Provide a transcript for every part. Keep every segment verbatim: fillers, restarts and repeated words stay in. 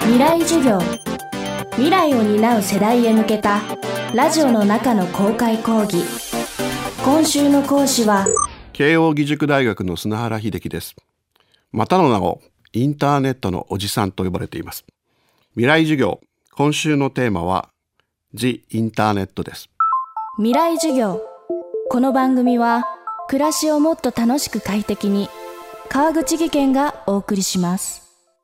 未来授業、未来を担う世代へ向けたラジオの中の公開講義。今週の講師は慶應義塾大学の砂原秀樹です。またの名をインターネットのおじさんと呼ばれています。未来授業、今週のテーマは The インターネットです。 未来授業。この番組は暮らしをもっと楽しく快適に、川口義賢がお送りします。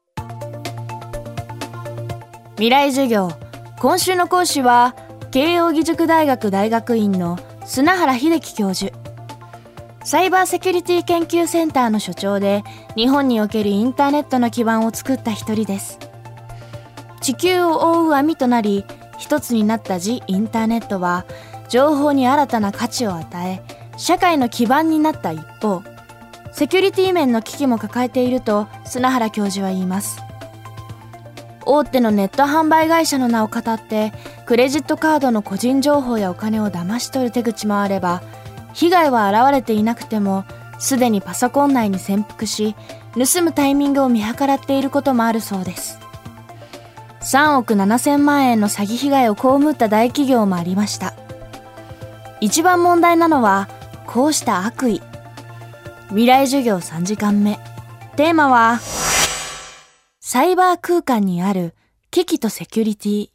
未来授業、今週の講師は慶應義塾大学大学院の砂原秀樹教授。サイバーセキュリティ研究センターの所長で、日本におけるインターネットの基盤を作った一人です。地球を覆う網となり一つになったジ・インターネットは、情報に新たな価値を与え、社会の基盤になった一方、セキュリティ面の危機も抱えていると砂原教授は言います。大手のネット販売会社の名をかたってクレジットカードの個人情報やお金を騙し取る手口もあれば、被害は現れていなくてもすでにパソコン内に潜伏し、盗むタイミングを見計らっていることもあるそうです。さんおくななせんまんえんの詐欺被害を被った大企業もありました。一番問題なのはこうした悪意。未来授業さんじかんめ、テーマはサイバー空間にある危機とセキュリティ。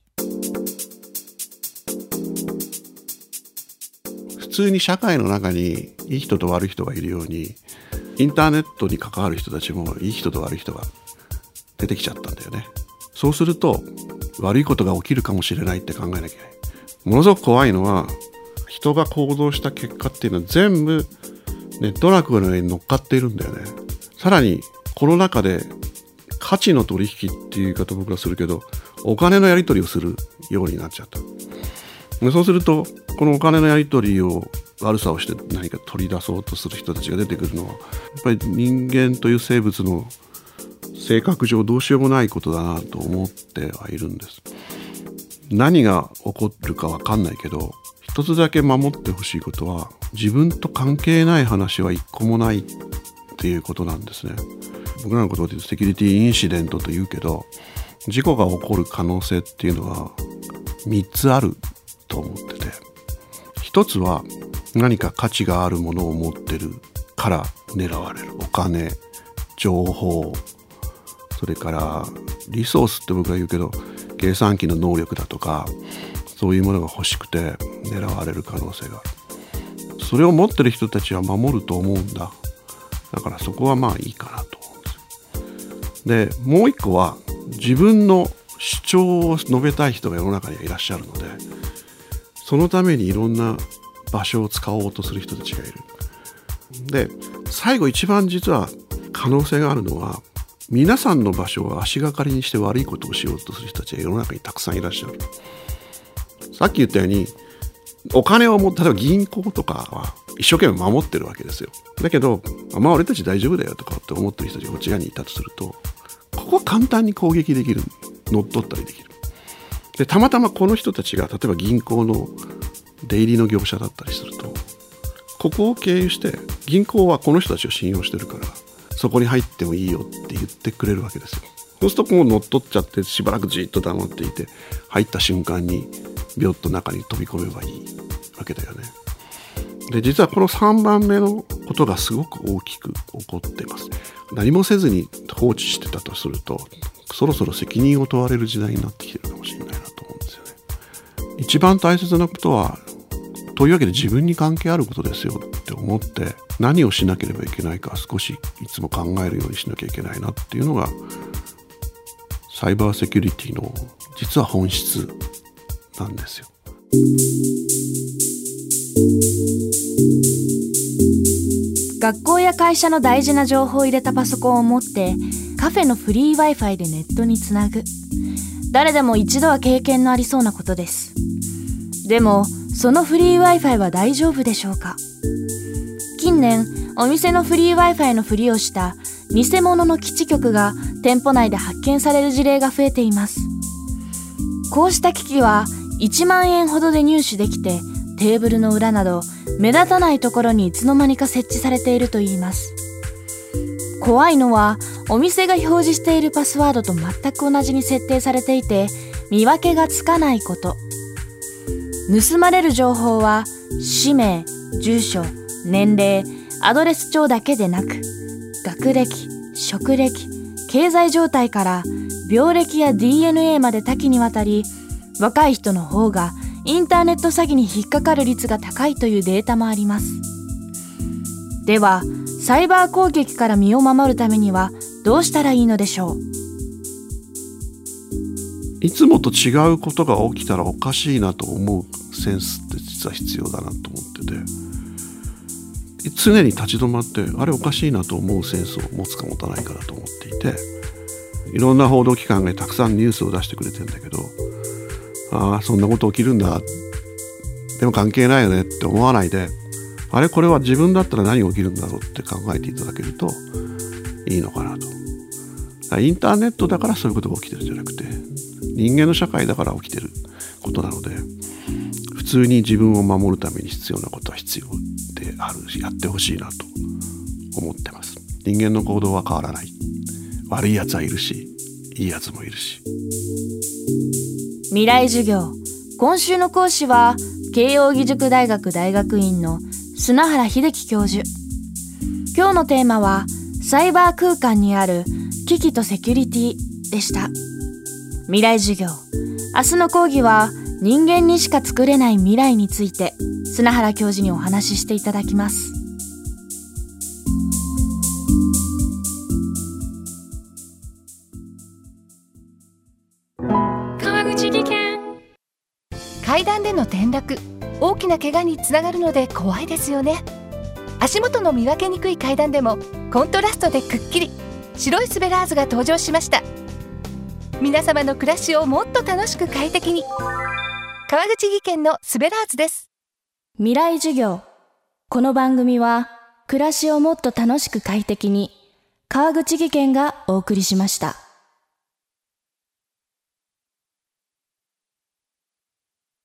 普通に社会の中にいい人と悪い人がいるように、インターネットに関わる人たちもいい人と悪い人が出てきちゃったんだよね。そうすると悪いことが起きるかもしれないって考えなきゃいけない。ものすごく怖いのは、人が行動した結果っていうのは全部ネットワークの上に乗っかっているんだよね。さらにこの中で価値の取引っていう言い方僕はするけど、お金のやり取りをするようになっちゃった。そうするとこのお金のやり取りを悪さをして何か取り出そうとする人たちが出てくるのは、やっぱり人間という生物の性格上どうしようもないことだなと思ってはいるんです。何が起こるか分かんないけど、一つだけ守ってほしいことは、自分と関係ない話は一個もないっていうことなんですね。僕らのことでセキュリティインシデントと言うけど、事故が起こる可能性っていうのはみっつあると思ってて、一つは何か価値があるものを持ってるから狙われる。お金、情報、それからリソースって僕が言うけど、計算機の能力だとか、そういうものが欲しくて狙われる可能性がある。それを持ってる人たちは守ると思うんだ。だからそこはまあいいかなと思うんです。で、もう一個は自分の主張を述べたい人が世の中にはいらっしゃるので、そのためにいろんな場所を使おうとする人たちがいる。で、最後一番実は可能性があるのは、皆さんの場所を足がかりにして悪いことをしようとする人たちが世の中にたくさんいらっしゃる。さっき言ったように、お金をも、例えば銀行とかは一生懸命守ってるわけですよ。だけど、まあ俺たち大丈夫だよとかって思ってる人たちがこっち側にいたとすると、ここは簡単に攻撃できる。乗っ取ったりできる。で、たまたまこの人たちが例えば銀行の出入りの業者だったりすると、ここを経由して銀行はこの人たちを信用してるから、そこに入ってもいいよって言ってくれるわけですよ。そうするともう乗っ取っちゃって、しばらくじっと黙っていて、入った瞬間にビョッと中に飛び込めばいいわけだよね。で、実はこのさんばんめのことがすごく大きく起こっています。何もせずに放置してたとすると、そろそろ責任を問われる時代になってきてるかもしれないなと思うんですよね。一番大切なことは、というわけで自分に関係あることですよって思って、何をしなければいけないか少しいつも考えるようにしなきゃいけないなっていうのが、サイバーセキュリティの実は本質なんですよ。 学校や会社の大事な情報を入れたパソコンを持ってカフェのフリー Wi-Fi でネットにつなぐ。誰でも一度は経験のありそうなことです。でもそのフリー Wi-Fi は大丈夫でしょうか。近年お店のフリー Wi-Fi のふりをした偽物の基地局が店舗内で発見される事例が増えています。こうした機器はいちまんえんほどで入手できて、テーブルの裏など目立たないところにいつの間にか設置されているといいます。怖いのはお店が表示しているパスワードと全く同じに設定されていて見分けがつかないこと。盗まれる情報は氏名、住所、年齢、アドレス帳だけでなく、学歴、職歴、経済状態から病歴や ディーエヌエー まで多岐にわたり、若い人の方がインターネット詐欺に引っかかる率が高いというデータもあります。では、サイバー攻撃から身を守るためにはどうしたらいいのでしょう。 いつもと違うことが起きたらおかしいなと思うセンスって実は必要だなと思ってて、常に立ち止まってあれおかしいなと思うセンスを持つか持たないかだと思っていて、いろんな報道機関がたくさんニュースを出してくれてるんだけど、ああそんなこと起きるんだ、でも関係ないよねって思わないで、あれこれは自分だったら何が起きるんだろうって考えていただけるといいのかなと。インターネットだからそういうことが起きてるんじゃなくて、人間の社会だから起きてることなので、普通に自分を守るために必要なことは必要であるし、やってほしいなと思ってます。人間の行動は変わらない。悪いやつはいるし、いいやつもいるし。 未来授業、今週の講師は慶應義塾大学大学院の砂原秀樹教授。今日のテーマはサイバー空間にある危機とセキュリティでした。未来授業、明日の講義は人間にしか作れない未来について砂原教授にお話ししていただきます。 川口技研。階段での転落、大きな怪我につながるので怖いですよね。足元の見分けにくい階段でもコントラストでくっきり白いスベラーズが登場しました。皆様の暮らしをもっと楽しく快適に、川口技研のスベラーズです。 未来授業、この番組は暮らしをもっと楽しく快適に、川口技研がお送りしました。